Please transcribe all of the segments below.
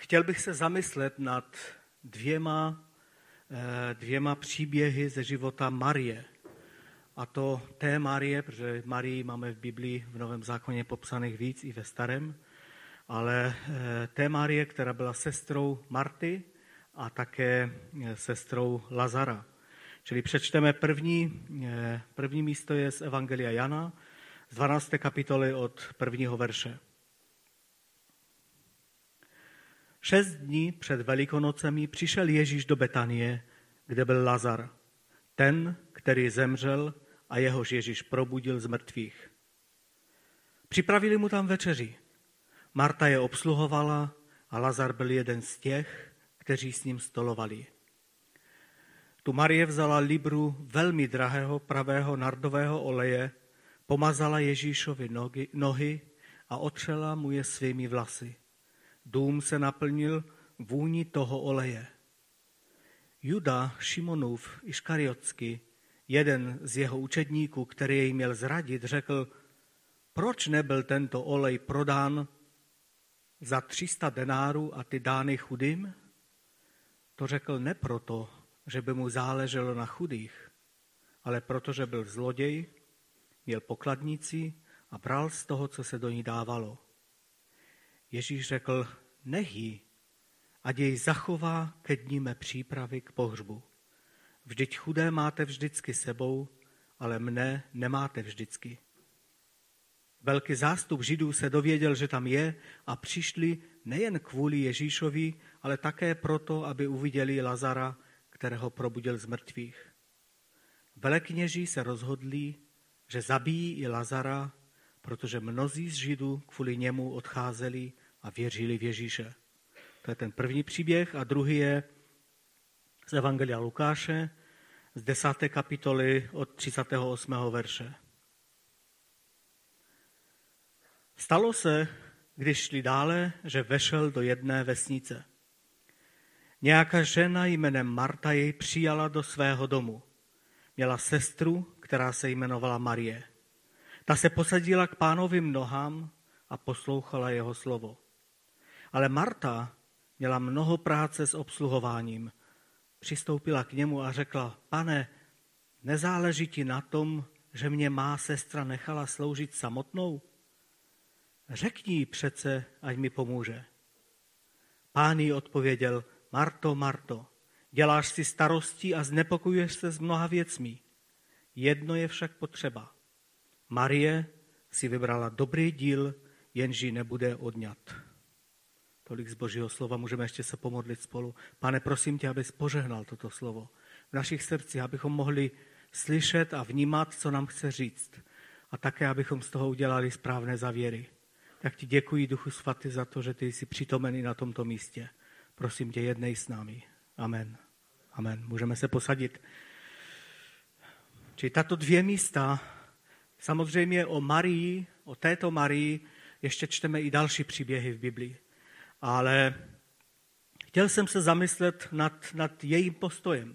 chtěl bych se zamyslet nad dvěma příběhy ze života Marie. A to té Marie, protože Marii máme v Biblii v Novém zákoně popsaných víc i ve Starém, ale té Marie, která byla sestrou Marty a také sestrou Lazara. Čili přečteme první místo je z Evangelia Jana, z 12. kapitoly od 1. verše. 6 dní před Velikonocemi přišel Ježíš do Betanie, kde byl Lazar, ten, který zemřel a jehož Ježíš probudil z mrtvých. Připravili mu tam večeři. Marta je obsluhovala a Lazar byl jeden z těch, kteří s ním stolovali. Tu Marie vzala libru velmi drahého pravého nardového oleje, pomazala Ježíšovi nohy a otřela mu je svými vlasy. Dům se naplnil vůní toho oleje. Juda Šimonův Iškariotský, jeden z jeho učedníků, který jej měl zradit, řekl, proč nebyl tento olej prodán za 300 denárů a ty dány chudým? To řekl ne proto, že by mu záleželo na chudých, ale protože byl zloděj, měl pokladnici a bral z toho, co se do ní dávalo. Ježíš řekl, nech ji, ať jej zachová ke dní mé přípravy k pohřbu. Vždyť chudé máte vždycky sebou, ale mne nemáte vždycky. Velký zástup Židů se dověděl, že tam je a přišli nejen kvůli Ježíšovi, ale také proto, aby uviděli Lazara, kterého probudil z mrtvých. Velekněží se rozhodli, že zabijí i Lazara, protože mnozí z Židů kvůli němu odcházeli a věřili v Ježíše. To je ten první příběh a druhý je z Evangelia Lukáše z 10. kapitoly od 38. verše. Stalo se, když šli dále, že vešel do jedné vesnice. Nějaká žena jménem Marta jej přijala do svého domu. Měla sestru, která se jmenovala Marie. Ta se posadila k Pánovým nohám a poslouchala jeho slovo. Ale Marta měla mnoho práce s obsluhováním. Přistoupila k němu a řekla, Pane, nezáleží ti na tom, že mě má sestra nechala sloužit samotnou? Řekni jí přece, ať mi pomůže. Pán jí odpověděl, Marto, Marto, děláš si starosti a znepokojuješ se s mnoha věcmi. Jedno je však potřeba. Marie si vybrala dobrý díl, jenž jí nebude odňat. Tolik z Božího slova, můžeme ještě se pomodlit spolu. Pane, prosím tě, abys požehnal toto slovo v našich srdcích, abychom mohli slyšet a vnímat, co nám chce říct. A také, abychom z toho udělali správné závěry. Tak ti děkuji, Duchu Svatý, za to, že ty jsi přítomen na tomto místě. Prosím tě, jednej s námi. Amen. Amen. Můžeme se posadit. Čili tato dvě místa, samozřejmě o Marii, o této Marii, ještě čteme i další příběhy v Biblii. Ale chtěl jsem se zamyslet nad jejím postojem.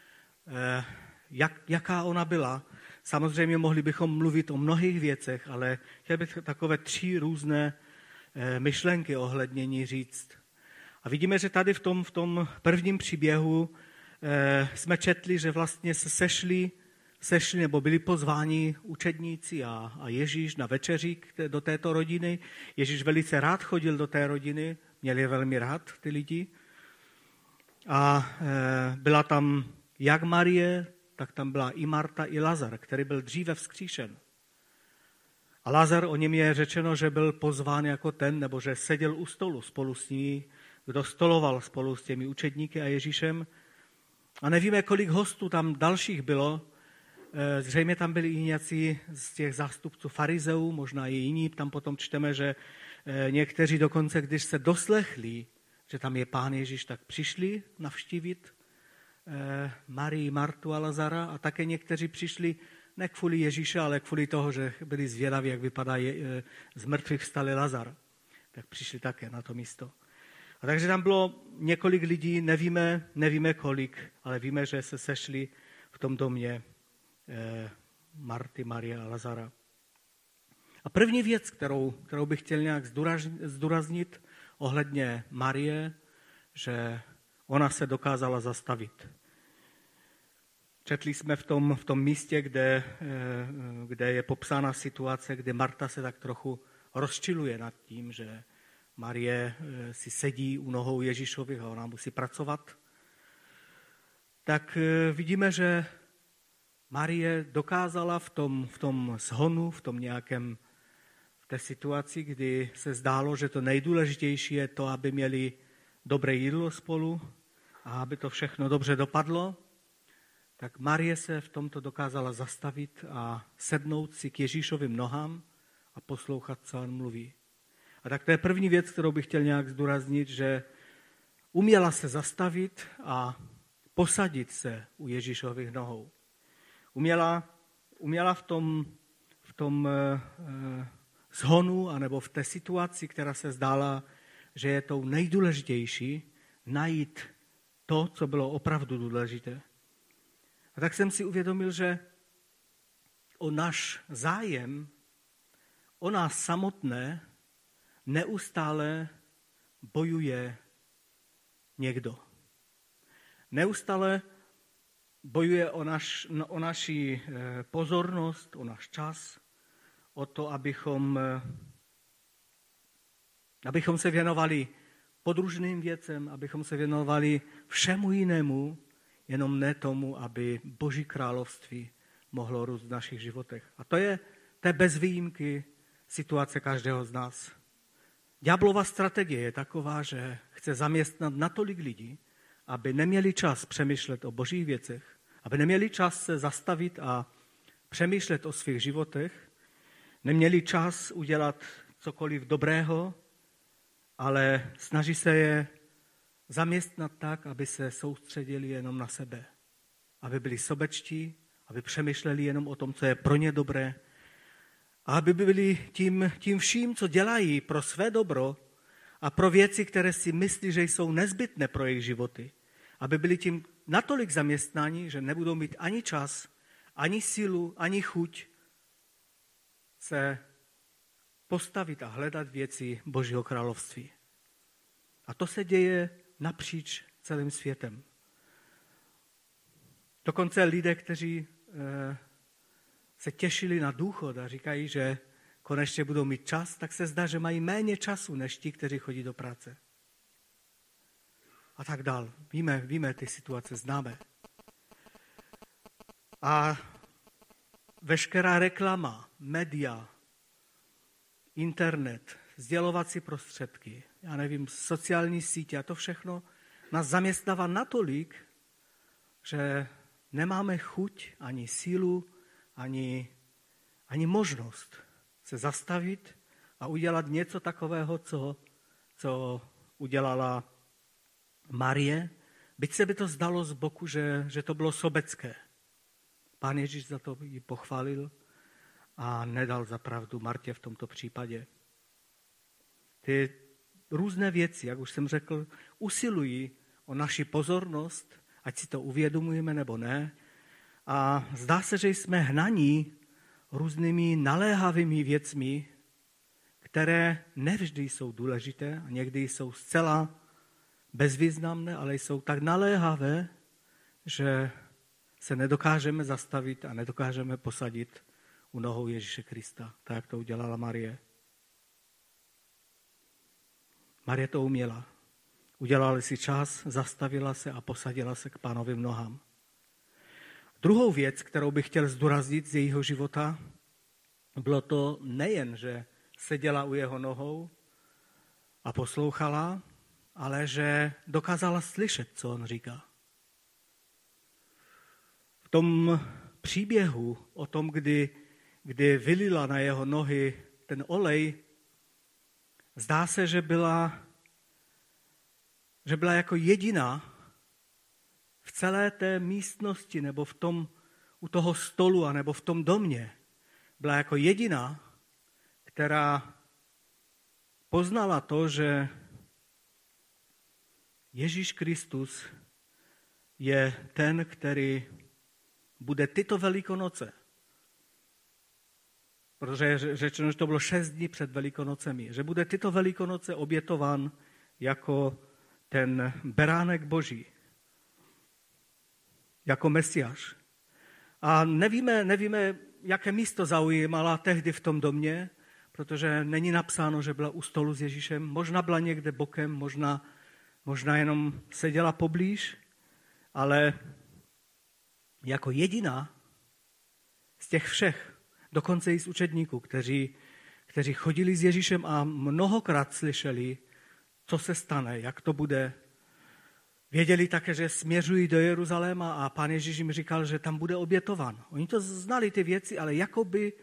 Jaká ona byla. Samozřejmě mohli bychom mluvit o mnohých věcech, ale chtěl bych takové 3 různé myšlenky ohledně ní říct. A vidíme, že tady v tom prvním příběhu jsme četli, že vlastně se sešli nebo byli pozváni učedníci a Ježíš na večeři do této rodiny. Ježíš velice rád chodil do té rodiny, měl je velmi rád, ty lidi. A byla tam jak Marie, tak tam byla i Marta, i Lazar, který byl dříve vzkříšen. A Lazar, o něm je řečeno, že byl pozván jako ten, nebo že seděl u stolu spolu s ní, kdo stoloval spolu s těmi učedníky a Ježíšem. A nevíme, kolik hostů tam dalších bylo. Zřejmě tam byli i nějací z těch zástupců farizeů, možná i jiní. Tam potom čteme, že někteří dokonce, když se doslechli, že tam je Pán Ježíš, tak přišli navštívit Marii, Martu a Lazara a také někteří přišli ne kvůli Ježíše, ale kvůli toho, že byli zvědaví, jak vypadá z mrtvých vstalý Lazar. Tak přišli také na to místo. A takže tam bylo několik lidí, nevíme kolik, ale víme, že se sešli v tom domě Marty, Marie a Lazara. A první věc, kterou bych chtěl nějak zdůraznit ohledně Marie, že ona se dokázala zastavit. Četli jsme v tom místě, kde je popsána situace, kde Marta se tak trochu rozčiluje nad tím, že Marie si sedí u nohou Ježíšových a ona musí pracovat. Tak vidíme, že Marie dokázala v tom shonu, v té situaci, kdy se zdálo, že to nejdůležitější je to, aby měli dobré jídlo spolu a aby to všechno dobře dopadlo, tak Marie se v tomto dokázala zastavit a sednout si k Ježíšovým nohám a poslouchat, co on mluví. A tak to je první věc, kterou bych chtěl nějak zdůraznit, že uměla se zastavit a posadit se u Ježíšových nohou. Uměla v tom shonu anebo v té situaci, která se zdála, že je tou nejdůležitější, najít to, co bylo opravdu důležité. A tak jsem si uvědomil, že o náš zájem, o nás samotné neustále bojuje někdo. Neustále bojuje o naši pozornost, o náš čas, o to, abychom se věnovali podružným věcem, abychom se věnovali všemu jinému, jenom ne tomu, aby Boží království mohlo růst v našich životech. A to je bez výjimky situace každého z nás. Ďáblova strategie je taková, že chce zaměstnat natolik lidí, aby neměli čas přemýšlet o božích věcech, aby neměli čas se zastavit a přemýšlet o svých životech, neměli čas udělat cokoliv dobrého, ale snaží se je zaměstnat tak, aby se soustředili jenom na sebe. Aby byli sobečtí, aby přemýšleli jenom o tom, co je pro ně dobré, a aby byli tím vším, co dělají pro své dobro a pro věci, které si myslí, že jsou nezbytné pro jejich životy, aby byli tím natolik zaměstnáni, že nebudou mít ani čas, ani sílu, ani chuť se postavit a hledat věci Božího království. A to se děje napříč celým světem. Dokonce lidé, kteří se těšili na důchod a říkají, že konečně budou mít čas, tak se zdá, že mají méně času než ti, kteří chodí do práce. A tak dál. Víme ty situace, známe. A veškerá reklama, média, internet, sdělovací prostředky, sociální sítě a to všechno nás zaměstnává natolik, že nemáme chuť, ani sílu, ani možnost se zastavit a udělat něco takového, co udělala Marie, byť se by to zdalo z boku, že to bylo sobecké. Pán Ježíš za to ji pochválil a nedal za pravdu Martě v tomto případě. Ty různé věci, jak už jsem řekl, usilují o naši pozornost, ať si to uvědomujeme nebo ne. A zdá se, že jsme hnaní různými naléhavými věcmi, které nevždy jsou důležité a někdy jsou zcela bezvýznamné, ale jsou tak naléhavé, že se nedokážeme zastavit a nedokážeme posadit u nohou Ježíše Krista, tak jak to udělala Marie. Marie to uměla. Udělala si čas, zastavila se a posadila se k Pánovým nohám. Druhou věc, kterou bych chtěl zdůraznit z jejího života, bylo to nejen, že seděla u jeho nohou a poslouchala, ale že dokázala slyšet, co on říká. V tom příběhu o tom, kdy vylila na jeho nohy ten olej, zdá se, že byla jako jediná v celé té místnosti nebo u toho stolu a nebo v tom domě. Byla jako jediná, která poznala to, že Ježíš Kristus je ten, který bude tyto Velikonoce, protože je řečeno, že to bylo 6 dní před Velikonocemi, že bude tyto Velikonoce obětován jako ten beránek Boží, jako Mesiáš. A nevíme, jaké místo zaujímala tehdy v tom domě, protože není napsáno, že byla u stolu s Ježíšem. Možná byla někde bokem, možná jenom seděla poblíž, ale jako jediná z těch všech, dokonce i z učedníků, kteří chodili s Ježíšem a mnohokrát slyšeli, co se stane, jak to bude. Věděli také, že směřují do Jeruzaléma a Pán Ježíš jim říkal, že tam bude obětován. Oni to znali, ty věci, ale jakoby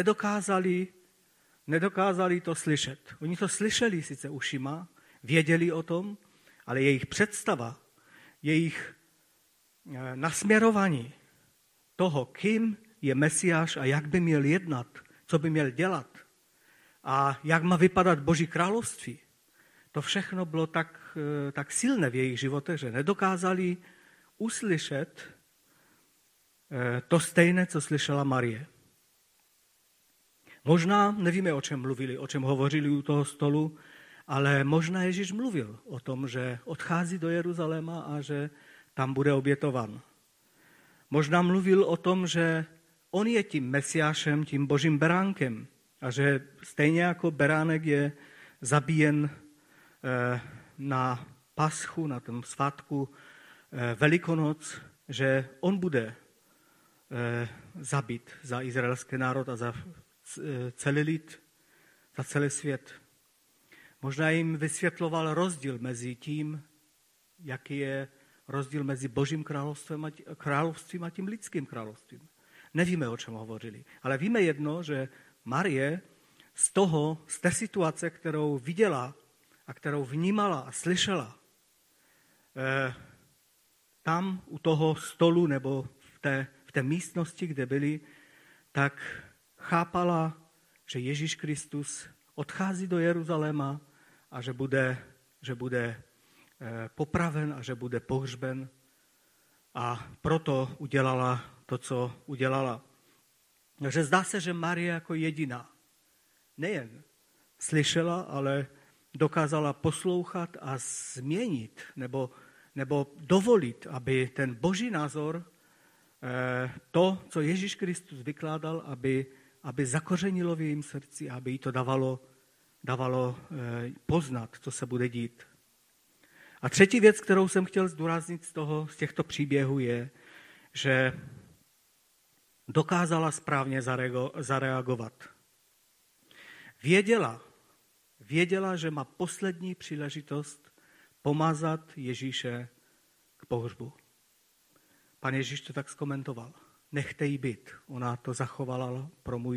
nedokázali to slyšet. Oni to slyšeli sice ušima, věděli o tom, ale jejich představa, jejich nasměrování toho, kým je Mesiáš a jak by měl jednat, co by měl dělat a jak má vypadat Boží království, to všechno bylo tak silné v jejich životech, že nedokázali uslyšet to stejné, co slyšela Marie. Možná, nevíme, o čem mluvili, o čem hovořili u toho stolu, ale možná Ježíš mluvil o tom, že odchází do Jeruzaléma a že tam bude obětovan. Možná mluvil o tom, že on je tím Mesiášem, tím Božím beránkem a že stejně jako beránek je zabíjen na Paschu, na tom svátku Velikonoc, že on bude zabit za izraelský národ a za celý lid, za celý svět. Možná jim vysvětloval rozdíl mezi tím, jaký je rozdíl mezi Božím královstvím a tím lidským královstvím. Nevíme, o čem hovořili, ale víme jedno, že Marie z té situace, kterou viděla a kterou vnímala a slyšela, tam u toho stolu nebo v té místnosti, kde byli, tak chápala, že Ježíš Kristus odchází do Jeruzaléma a že bude popraven a že bude pohřben. A proto udělala to, co udělala. Takže zdá se, že Marie jako jediná nejen slyšela, ale dokázala poslouchat a změnit nebo dovolit, aby ten Boží názor, to, co Ježíš Kristus vykládal, aby zakořenilo v jejím srdci, aby jí to dávalo poznat, co se bude dít. A třetí věc, kterou jsem chtěl zdůraznit z těchto příběhů, je, že dokázala správně zareagovat. Věděla, že má poslední příležitost pomazat Ježíše k pohřbu. Pan Ježíš to tak zkomentoval. Nechte jí být. Ona to zachovala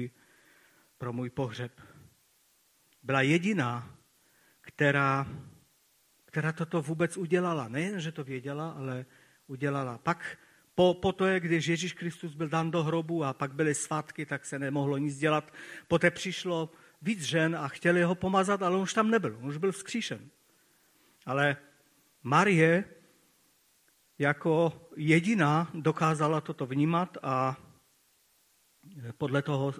pro můj pohřeb. Byla jediná, která toto vůbec udělala. Nejen, že to věděla, ale udělala. Pak po to, když Ježíš Kristus byl dán do hrobu a pak byly svátky, tak se nemohlo nic dělat. Poté přišlo víc žen a chtěli ho pomazat, ale on už tam nebyl. On už byl vzkříšen. Ale Marie jako jediná dokázala toto vnímat a podle toho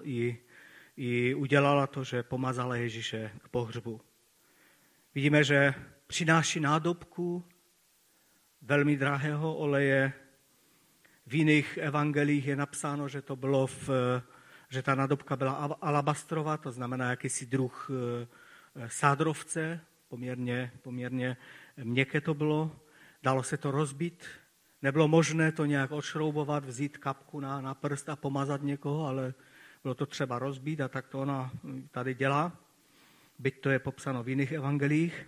i udělala to, že pomazala Ježíše k pohřbu. Vidíme, že přináší nádobku velmi drahého oleje. V jiných evangelích je napsáno, že to bylo že ta nádobka byla alabastrová, to znamená jakýsi druh sádrovce, poměrně měkké to bylo. Dalo se to rozbít. Nebylo možné to nějak odšroubovat, vzít kapku na prst a pomazat někoho, ale bylo to třeba rozbít a tak to ona tady dělá. Byť to je popsáno v jiných evangelích.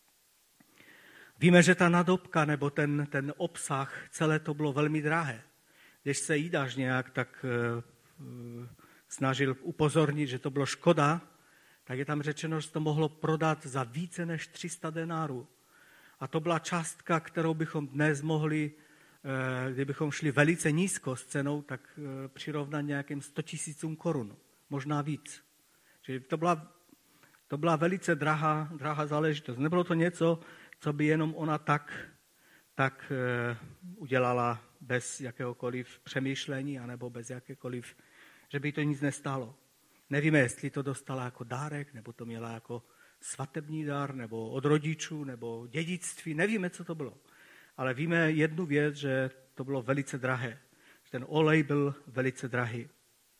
Víme, že ta nádobka nebo ten obsah, celé to bylo velmi drahé. Když se Jidáš nějak tak snažil upozornit, že to bylo škoda, tak je tam řečeno, že to mohlo prodat za více než 300 denárů. A to byla částka, kterou bychom dnes mohli, kdybychom šli velice nízko s cenou, tak přirovnat nějakým 100 000 korun, možná víc. Čili to byla velice drahá záležitost. Nebylo to něco, co by jenom ona tak udělala bez jakéhokoliv přemýšlení, anebo bez jakékoliv, že by to nic nestálo. Nevíme, jestli to dostala jako dárek, nebo to měla jako svatební dar, nebo od rodičů, nebo dědictví, nevíme, co to bylo. Ale víme jednu věc, že to bylo velice drahé. Ten olej byl velice drahý.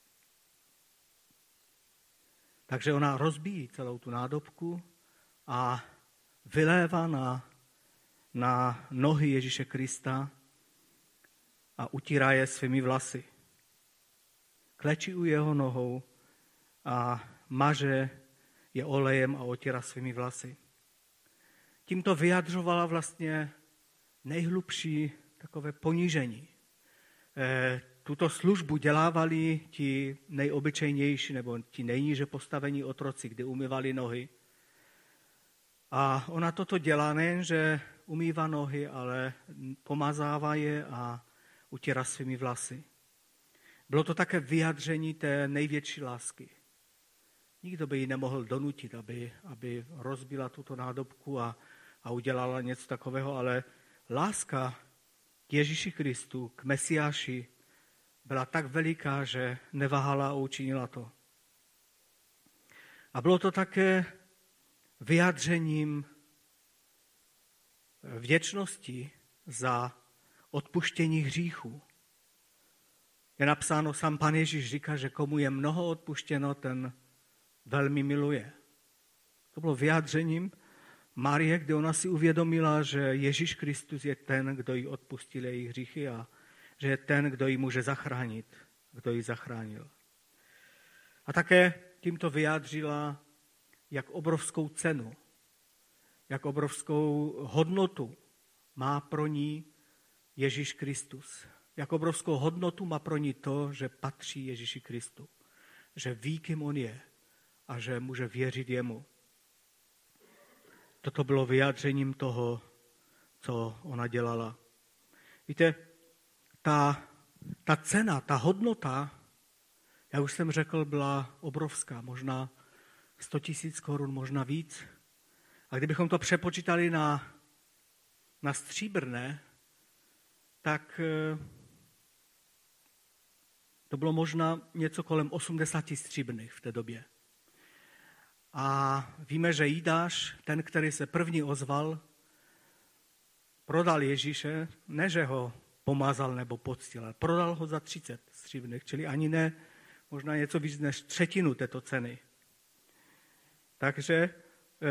Takže ona rozbíjí celou tu nádobku a vylévá na nohy Ježíše Krista a utírá je svými vlasy. Klečí u jeho nohou a maže je olejem a otírá svými vlasy. Tímto vyjadřovala vlastně nejhlubší takové ponížení. Tuto službu dělávali ti nejobyčejnější nebo ti nejníže postavení otroci, kdy umývali nohy. A ona toto dělá nejen, že umývá nohy, ale pomazává je a utírá svými vlasy. Bylo to také vyjádření té největší lásky. Nikdo by ji nemohl donutit, aby rozbila tuto nádobku a udělala něco takového, ale láska k Ježíši Kristu, k Mesiáši, byla tak veliká, že neváhala a učinila to. A bylo to také vyjádřením vděčnosti za odpuštění hříchů. Je napsáno, sám Pán Ježíš říká, že komu je mnoho odpuštěno, ten velmi miluje. To bylo vyjádřením Marie, kde ona si uvědomila, že Ježíš Kristus je ten, kdo jí odpustil její hříchy a že je ten, kdo ji může zachránit, kdo ji zachránil. A také tímto vyjádřila, jak obrovskou cenu, jak obrovskou hodnotu má pro ní Ježíš Kristus. Jak obrovskou hodnotu má pro ní to, že patří Ježíši Kristu. Že ví, kým on je a že může věřit jemu. Toto bylo vyjádřením toho, co ona dělala. Víte, ta cena, ta hodnota, jak už jsem řekl, byla obrovská. Možná 100 000 korun, možná víc. A kdybychom to přepočítali na stříbrné, tak to bylo možná něco kolem 80 stříbrných v té době. A víme, že Jidáš, ten, který se první ozval, prodal Ježíše, ne, že ho pomazal nebo poctil, ale prodal ho za 30 stříbrných, čili ani ne, možná něco víc než třetinu této ceny. Takže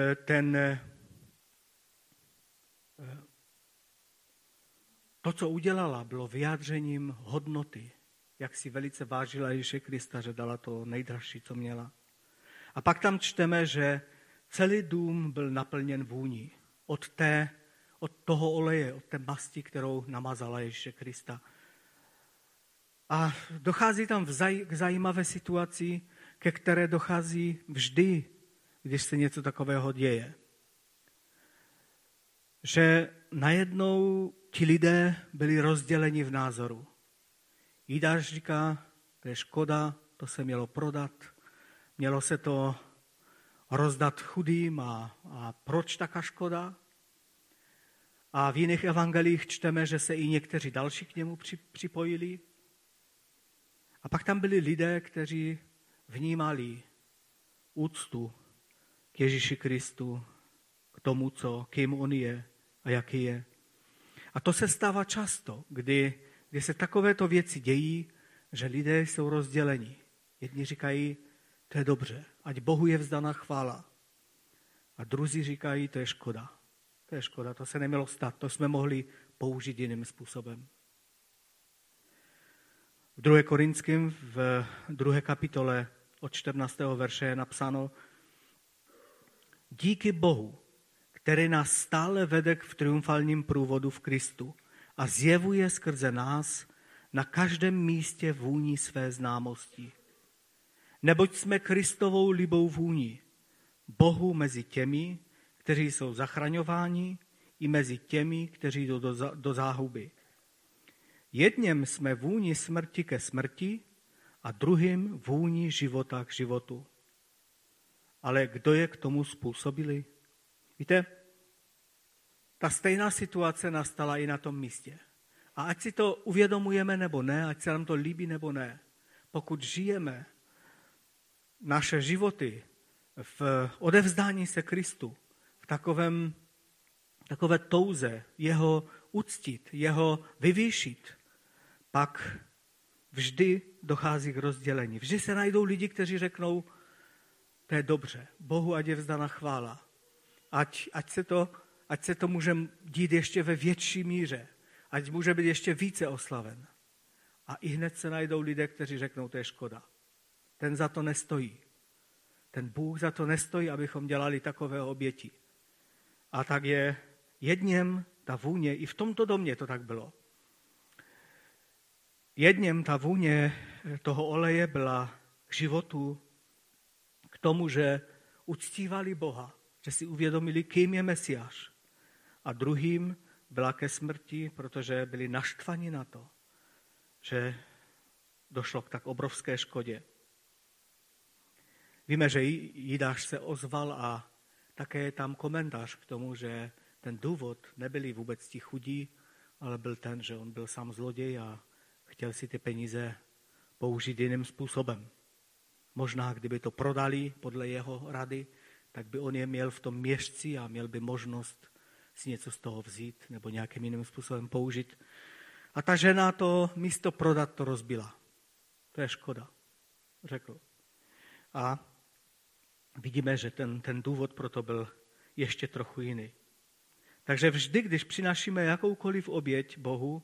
to, co udělala, bylo vyjádřením hodnoty, jak si velice vážila Ježíše Krista, že dala to nejdražší, co měla. A pak tam čteme, že celý dům byl naplněn vůní od toho oleje, od té masti, kterou namazala Ježíše Krista. A dochází tam k zajímavé situaci, ke které dochází vždy, když se něco takového děje. Že najednou ti lidé byli rozděleni v názoru. Jidáš říká, to je škoda, to se mělo prodat, mělo se to rozdat chudým a proč taká škoda? A v jiných evangelích čteme, že se i někteří další k němu připojili. A pak tam byli lidé, kteří vnímali úctu k Ježíši Kristu, k tomu, kým on je a jaký je. A to se stává často, kdy se takovéto věci dějí, že lidé jsou rozděleni. Jedni říkají, to je dobře, ať Bohu je vzdána chvála. A druzí říkají, to je škoda. To je škoda, to se nemělo stát, to jsme mohli použít jiným způsobem. V 2. Korinským v 2. kapitole od 14. verše je napsáno: Díky Bohu, který nás stále vede v triumfálním průvodu v Kristu a zjevuje skrze nás na každém místě vůni své známosti. Neboť jsme Kristovou libou vůni, Bohu mezi těmi, kteří jsou zachraňováni, i mezi těmi, kteří jdou do záhuby. Jedním jsme vůni smrti ke smrti a druhým vůni života k životu. Ale kdo je k tomu způsobili? Víte, ta stejná situace nastala i na tom místě. A ať si to uvědomujeme nebo ne, ať se nám to líbí nebo ne, pokud žijeme naše životy v odevzdání se Kristu, v takové touze jeho uctít, jeho vyvýšit, pak vždy dochází k rozdělení. Vždy se najdou lidi, kteří řeknou, to je dobře, Bohu ať je vzdána chvála. Ať se to může dít ještě ve větší míře, ať může být ještě více oslaven. A i hned se najdou lidé, kteří řeknou, to je škoda. Ten za to nestojí. Ten Bůh za to nestojí, abychom dělali takové oběti. A tak je jedněm ta vůně, i v tomto domě to tak bylo. Jedněm ta vůně toho oleje byla k životu, k tomu, že uctívali Boha, že si uvědomili, kým je Mesiáš. A druhým byla ke smrti, protože byli naštvaní na to, že došlo k tak obrovské škodě. Víme, že Jidáš se ozval a také je tam komentář k tomu, že ten důvod nebyli vůbec ti chudí, ale byl ten, že on byl sám zloděj a chtěl si ty peníze použít jiným způsobem. Možná, kdyby to prodali podle jeho rady, tak by on je měl v tom měšci a měl by možnost si něco z toho vzít nebo nějakým jiným způsobem použít. A ta žena to místo prodat to rozbila. To je škoda, řekl. A vidíme, že ten důvod proto byl ještě trochu jiný. Takže vždy, když přinášíme jakoukoliv oběť Bohu,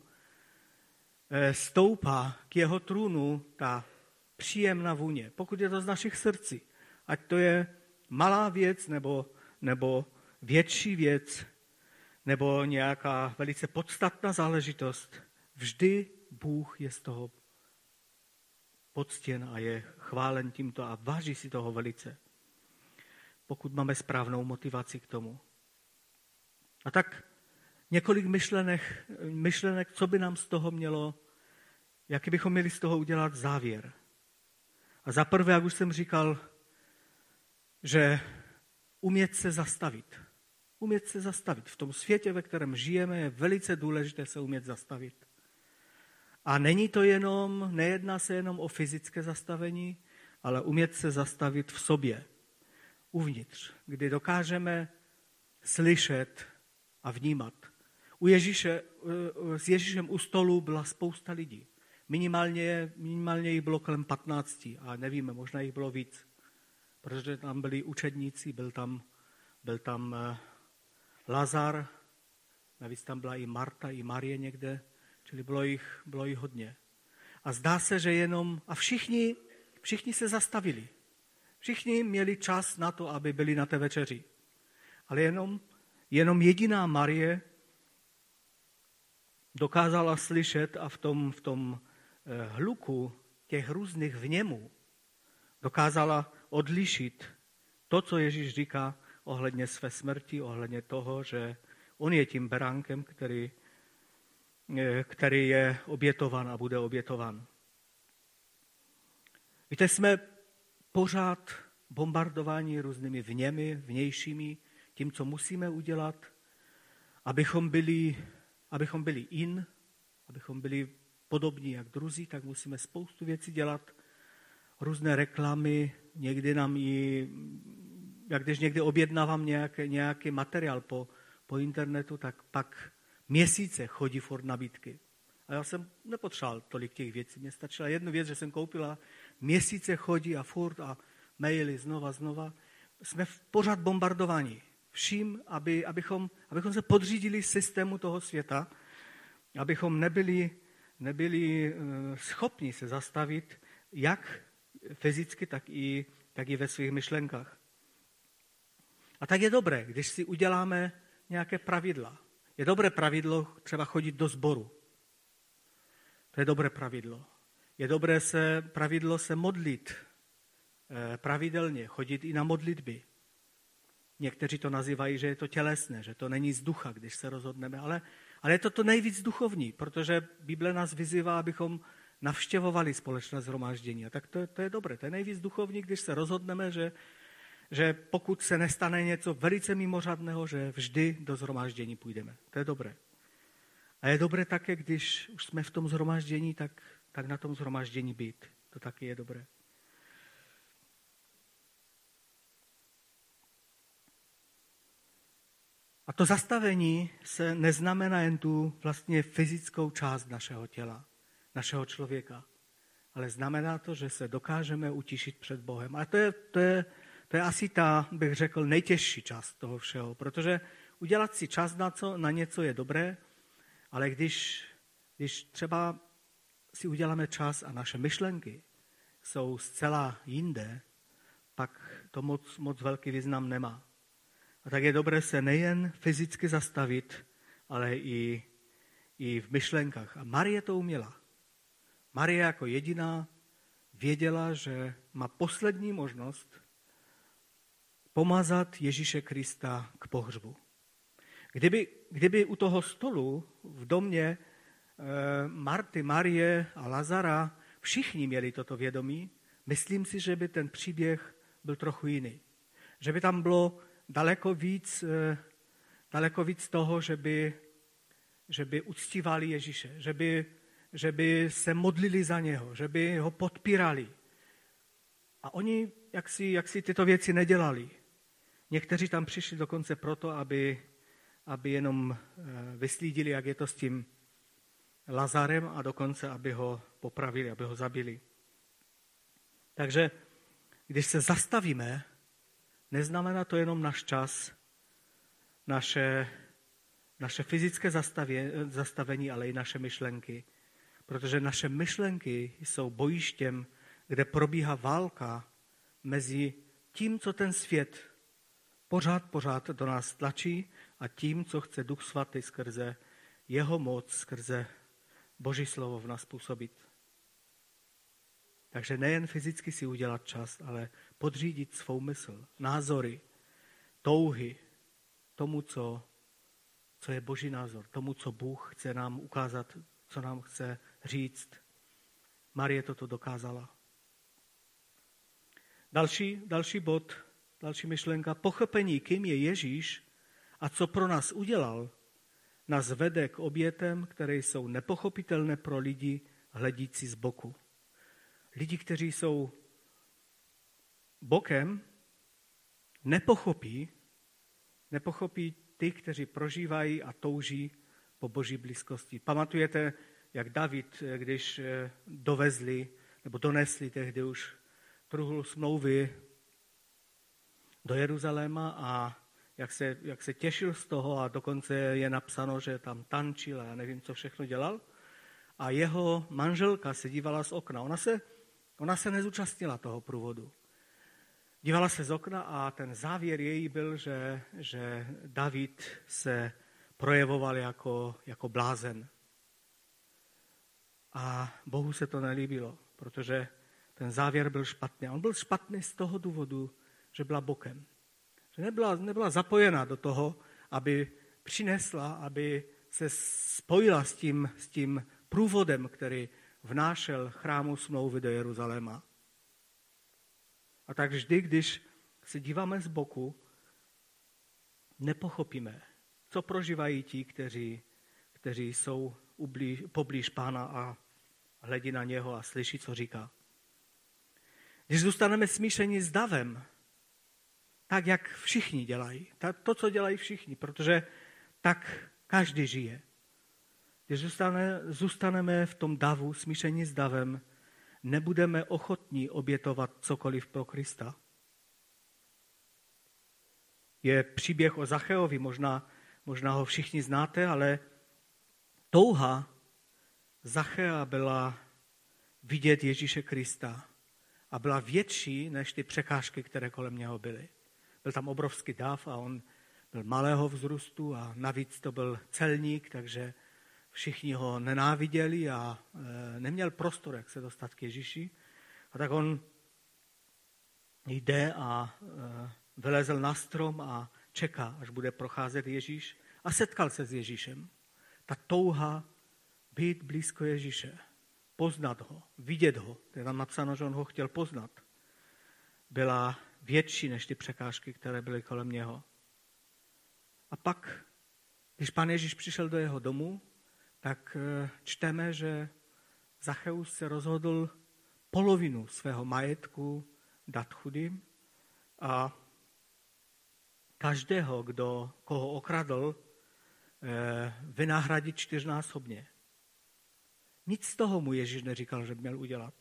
stoupá k jeho trůnu ta příjemná vůně. Pokud je to z našich srdcí, ať to je malá věc nebo větší věc, nebo nějaká velice podstatná záležitost, vždy Bůh je z toho poctěn a je chválen tímto a váží si toho velice. Pokud máme správnou motivaci k tomu. A tak několik myšlenek, co by nám z toho mělo, jaký bychom měli z toho udělat závěr. A za prvé, jak už jsem říkal, že umět se zastavit. Umět se zastavit. V tom světě, ve kterém žijeme, je velice důležité se umět zastavit. A nejedná se jenom o fyzické zastavení, ale umět se zastavit v sobě, uvnitř, kdy dokážeme slyšet a vnímat. S Ježíšem u stolu byla spousta lidí. Minimálně jich bylo kolem 15 a nevíme, možná jich bylo víc. Protože tam byli učedníci, byl tam Lazar, navíc tam byla i Marta, i Marie někde, čili bylo jich hodně. A zdá se, že všichni se zastavili. Všichni měli čas na to, aby byli na té večeři. Ale jenom jediná Marie dokázala slyšet a v tom hluku těch různých vněmů dokázala odlišit to, co Ježíš říká ohledně své smrti, ohledně toho, že on je tím beránkem, který je obětovan a bude obětovan. Víte, jsme pořád bombardováni různými vněmy, vnějšími, tím, co musíme udělat, abychom byli abychom byli podobní jak druzí, tak musíme spoustu věcí dělat, různé reklamy, někdy jak když někdy objednávám nějaký materiál po internetu, tak pak měsíce chodí furt nabídky. A já jsem nepotřeboval tolik těch věcí, mně stačila jedna věc, že jsem koupila, měsíce chodí a furt a maily znova. Jsme pořád bombardováni vším, abychom se podřídili systému toho světa, abychom nebyli schopni se zastavit, jak fyzicky, tak i ve svých myšlenkách. A tak je dobré, když si uděláme nějaké pravidla. Je dobré pravidlo třeba chodit do sboru. To je dobré pravidlo. Je dobré pravidlo se modlit pravidelně, chodit i na modlitby. Někteří to nazývají, že je to tělesné, že to není z ducha, když se rozhodneme, ale je to nejvíc duchovní, protože Bible nás vyzývá, abychom navštěvovali společné shromáždění. A tak to je dobré, to je nejvíc duchovní, když se rozhodneme, že pokud se nestane něco velice mimořádného, že vždy do shromáždění půjdeme. To je dobré. A je dobré také, když už jsme v tom shromáždění, tak na tom shromáždění být. To taky je dobré. A to zastavení se neznamená jen tu vlastně fyzickou část našeho těla, našeho člověka, ale znamená to, že se dokážeme utišit před Bohem. A to je asi ta, bych řekl, nejtěžší část toho všeho, protože udělat si čas na něco je dobré, ale když třeba si uděláme čas a naše myšlenky jsou zcela jinde, pak to moc velký význam nemá. A tak je dobré se nejen fyzicky zastavit, ale i v myšlenkách. A Marie to uměla. Marie jako jediná věděla, že má poslední možnost pomazat Ježíše Krista k pohřbu. Kdyby u toho stolu v domě Marty, Marie a Lazara všichni měli toto vědomí, myslím si, že by ten příběh byl trochu jiný. Že by tam bylo daleko víc toho, že by uctívali Ježíše, že by se modlili za něho, že by ho podpírali. A oni jak si tyto věci nedělali. Někteří tam přišli dokonce proto, aby jenom vyslídili, jak je to s tím Lazarem a dokonce, aby ho popravili, aby ho zabili. Takže když se zastavíme, neznamená to jenom náš čas, naše fyzické zastavení, ale i naše myšlenky. Protože naše myšlenky jsou bojištěm, kde probíhá válka mezi tím, co ten svět pořád do nás tlačí a tím, co chce Duch Svatý skrze jeho moc, skrze Boží slovo v nás působit. Takže nejen fyzicky si udělat čas, ale podřídit svou mysl, názory, touhy tomu, co je Boží názor, tomu, co Bůh chce nám ukázat, co nám chce říct. Marie toto dokázala. Další bod, další myšlenka. Pochopení, kým je Ježíš a co pro nás udělal, nás vede k obětem, které jsou nepochopitelné pro lidi hledící z boku. Lidi, kteří jsou bokem, nepochopí ty, kteří prožívají a touží po Boží blízkosti. Pamatujete, jak David, když donesli tehdy už truhlu smlouvy do Jeruzaléma a jak se těšil z toho a dokonce je napsáno, že tam tančil a já nevím, co všechno dělal. A jeho manželka se dívala z okna. Ona se nezúčastnila toho průvodu. Dívala se z okna a ten závěr její byl, že David se projevoval jako blázen. A Bohu se to nelíbilo, protože ten závěr byl špatný. A on byl špatný z toho důvodu, že byla bokem. Že nebyla zapojena do toho, aby přinesla, aby se spojila s tím průvodem, který vnášel chrámu smlouvy do Jeruzaléma. A tak vždy, když se díváme z boku, nepochopíme, co prožívají ti, kteří jsou poblíž Pána a hledí na něho a slyší, co říká. Když zůstaneme smíšeni s davem, tak, jak všichni dělají, to, co dělají všichni, protože tak každý žije. Když zůstaneme v tom davu, smíšení s davem, nebudeme ochotní obětovat cokoliv pro Krista. Je příběh o Zacheovi, možná ho všichni znáte, ale touha Zachea byla vidět Ježíše Krista a byla větší než ty překážky, které kolem něho byly. Byl tam obrovský dav a on byl malého vzrůstu a navíc to byl celník, takže všichni ho nenáviděli a neměl prostor, jak se dostat k Ježíši. A tak on jde a vylezl na strom a čeká, až bude procházet Ježíš a setkal se s Ježíšem. Ta touha být blízko Ježíše, poznat ho, vidět ho, je tam napsáno, že on ho chtěl poznat, byla větší než ty překážky, které byly kolem něho. A pak, když Pán Ježíš přišel do jeho domu, tak čteme, že Zacheus se rozhodl polovinu svého majetku dát chudým a každého, koho okradl, vynahradit 4násobně. Nic z toho mu Ježíš neříkal, že měl udělat.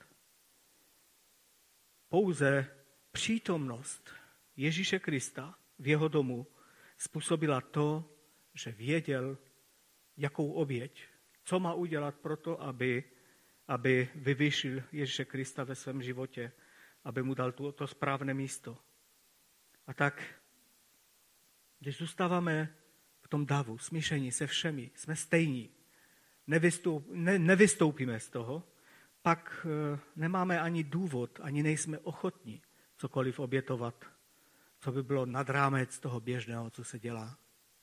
Pouze přítomnost Ježíše Krista v jeho domu způsobila to, že věděl, jakou oběť, co má udělat pro to, aby vyvýšil Ježíše Krista ve svém životě, aby mu dal to správné místo. A tak, když zůstáváme v tom davu, smíšení se všemi, jsme stejní, nevystoupíme z toho, pak nemáme ani důvod, ani nejsme ochotní cokoliv obětovat, co by bylo nad rámec toho běžného, co se dělá.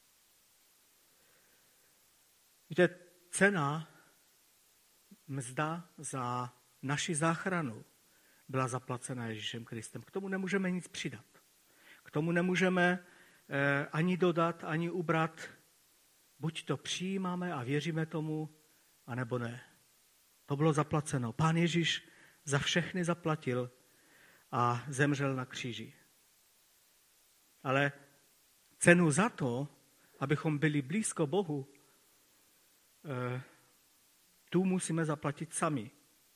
Víte, cena, mzda za naši záchranu byla zaplacena Ježíšem Kristem. K tomu nemůžeme nic přidat. K tomu nemůžeme ani dodat, ani ubrat. Buď to přijímáme a věříme tomu, anebo ne. To bylo zaplaceno. Pán Ježíš za všechny zaplatil a zemřel na kříži. Ale cenu za to, abychom byli blízko Bohu, tu musíme zaplatit sami.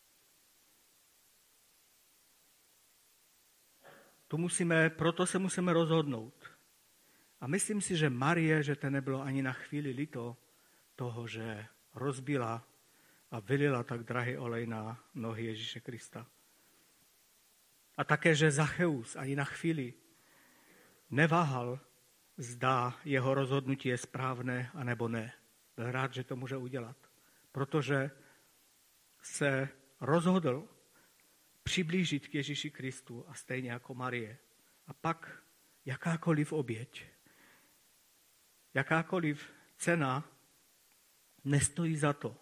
Proto se musíme rozhodnout. A myslím si, že Marie, že to nebylo ani na chvíli líto toho, že rozbila a vylila tak drahý olej na nohy Ježíše Krista. A také, že Zacheus ani na chvíli neváhal, zda jeho rozhodnutí je správné, anebo ne. Byl rád, že to může udělat. Protože se rozhodl přiblížit k Ježíši Kristu a stejně jako Marie. A pak jakákoliv oběť, jakákoliv cena nestojí za to.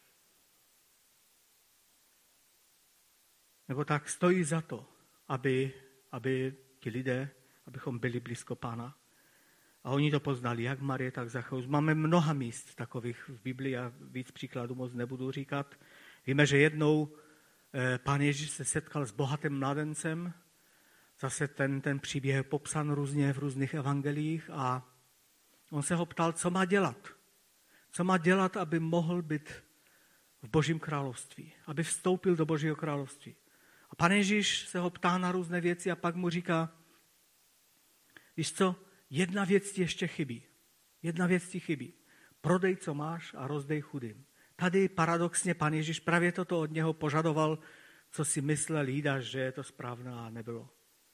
Nebo tak stojí za to, aby ti lidé, abychom byli blízko Pána. A oni to poznali, jak Marie, tak Zacheus. Máme mnoha míst takových v Biblii a víc příkladů moc nebudu říkat. Víme, že jednou Pán Ježíš se setkal s bohatým mladencem. Zase ten příběh je popsán různě v různých evangeliích a on se ho ptal, co má dělat. Co má dělat, aby mohl být v Božím království, aby vstoupil do Božího království. A Pán Ježíš se ho ptá na různé věci a pak mu říká, víš co, jedna věc ti ještě chybí. Jedna věc ti chybí. Prodej, co máš a rozdej chudým. Tady paradoxně Pán Ježíš právě toto od něho požadoval, co si myslel Judáš, že je to správné a nebylo.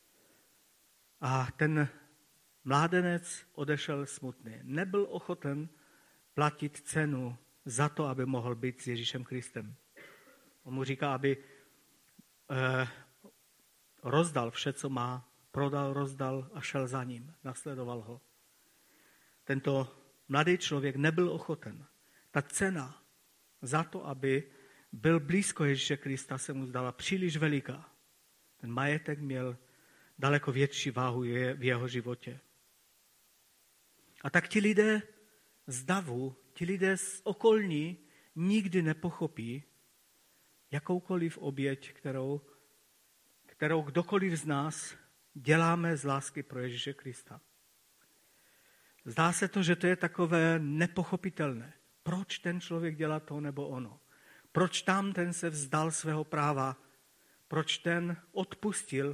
A ten mládenec odešel smutný. Nebyl ochoten platit cenu za to, aby mohl být s Ježíšem Kristem. On mu říká, aby rozdal vše, co má, rozdal a šel za ním. Nasledoval ho. Tento mladý člověk nebyl ochoten. Ta cena za to, aby byl blízko Ježíše Krista, se mu zdala příliš veliká. Ten majetek měl daleko větší váhu v jeho životě. A tak ti lidé z davu, ti lidé z okolní nikdy nepochopí jakoukoliv oběť, kterou kdokoliv z nás děláme z lásky pro Ježíše Krista. Zdá se to, že to je takové nepochopitelné. Proč ten člověk dělá to nebo ono? Proč tam ten se vzdal svého práva? Proč ten odpustil,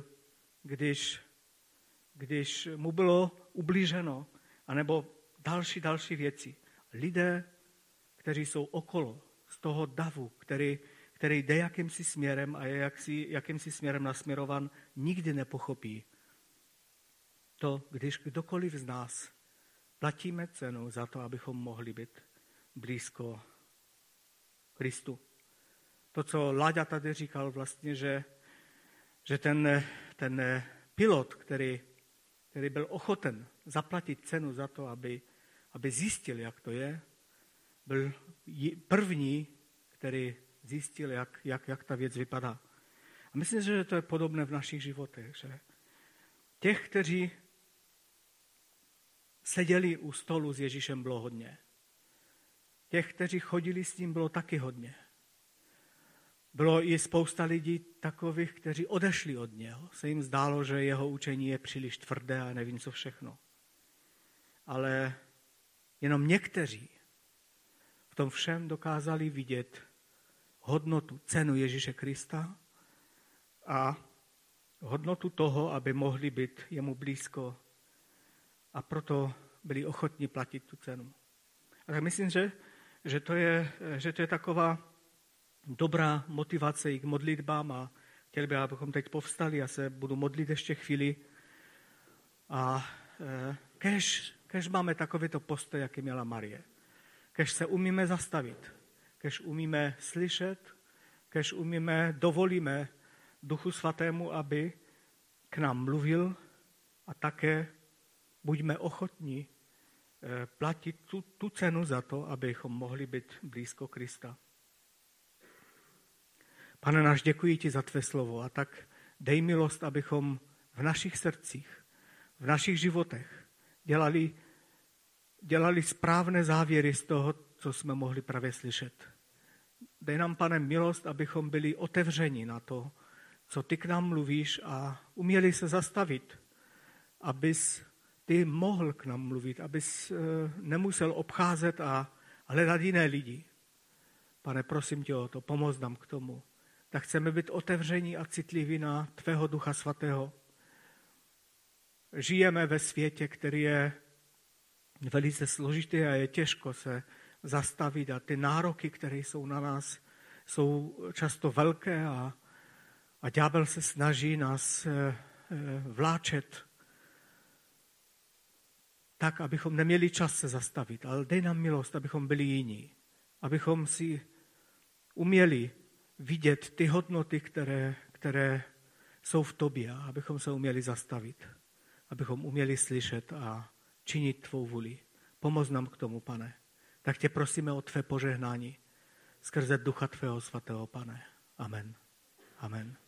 když mu bylo ublíženo? A nebo další věci. Lidé, kteří jsou okolo z toho davu, který jde jakýmsi směrem a je jakýmsi směrem nasměrovan, nikdy nepochopí to, když kdokoliv z nás platíme cenu za to, abychom mohli být blízko Kristu. To, co Láďa tady říkal vlastně, že ten pilot, který byl ochoten zaplatit cenu za to, aby zjistil, jak to je, byl první, který zjistil, jak ta věc vypadá. A myslím, že to je podobné v našich životech. Že těch, kteří seděli u stolu s Ježíšem, bylo hodně. Těch, kteří chodili s ním, bylo taky hodně. Bylo i spousta lidí takových, kteří odešli od něho. Se jim zdálo, že jeho učení je příliš tvrdé a nevím co všechno. ale jenom někteří v tom všem dokázali vidět hodnotu, cenu Ježíše Krista a hodnotu toho, aby mohli být jemu blízko a proto byli ochotní platit tu cenu. A tak myslím, že to je taková dobrá motivace i k modlitbám a chtěl bych, abychom teď povstali, já se budu modlit ještě chvíli a kež máme takovéto postoj, jaký měla Marie. Kež se umíme zastavit, kež umíme slyšet, kež dovolíme Duchu Svatému, aby k nám mluvil a také buďme ochotní platit tu cenu za to, abychom mohli být blízko Krista. Pane náš, děkuji ti za tvé slovo a tak dej milost, abychom v našich srdcích, v našich životech dělali správné závěry z toho, co jsme mohli právě slyšet. Dej nám, Pane, milost, abychom byli otevřeni na to, co ty k nám mluvíš a uměli se zastavit, abys ty mohl k nám mluvit, abys nemusel obcházet a hledat jiné lidi. Pane, prosím tě o to, pomoz nám k tomu. Tak chceme být otevření a citliví na tvého Ducha Svatého. Žijeme ve světě, který je velice složitý a je těžko se zastavit a ty nároky, které jsou na nás, jsou často velké a ďábel se snaží nás vláčet tak, abychom neměli čas se zastavit. Ale dej nám milost, abychom byli jiní. Abychom si uměli vidět ty hodnoty, které jsou v tobě. Abychom se uměli zastavit. Abychom uměli slyšet a činit tvou vůli. Pomoz nám k tomu, Pane. Tak tě prosíme o tvé požehnání skrze Ducha tvého Svatého, Pane. Amen. Amen.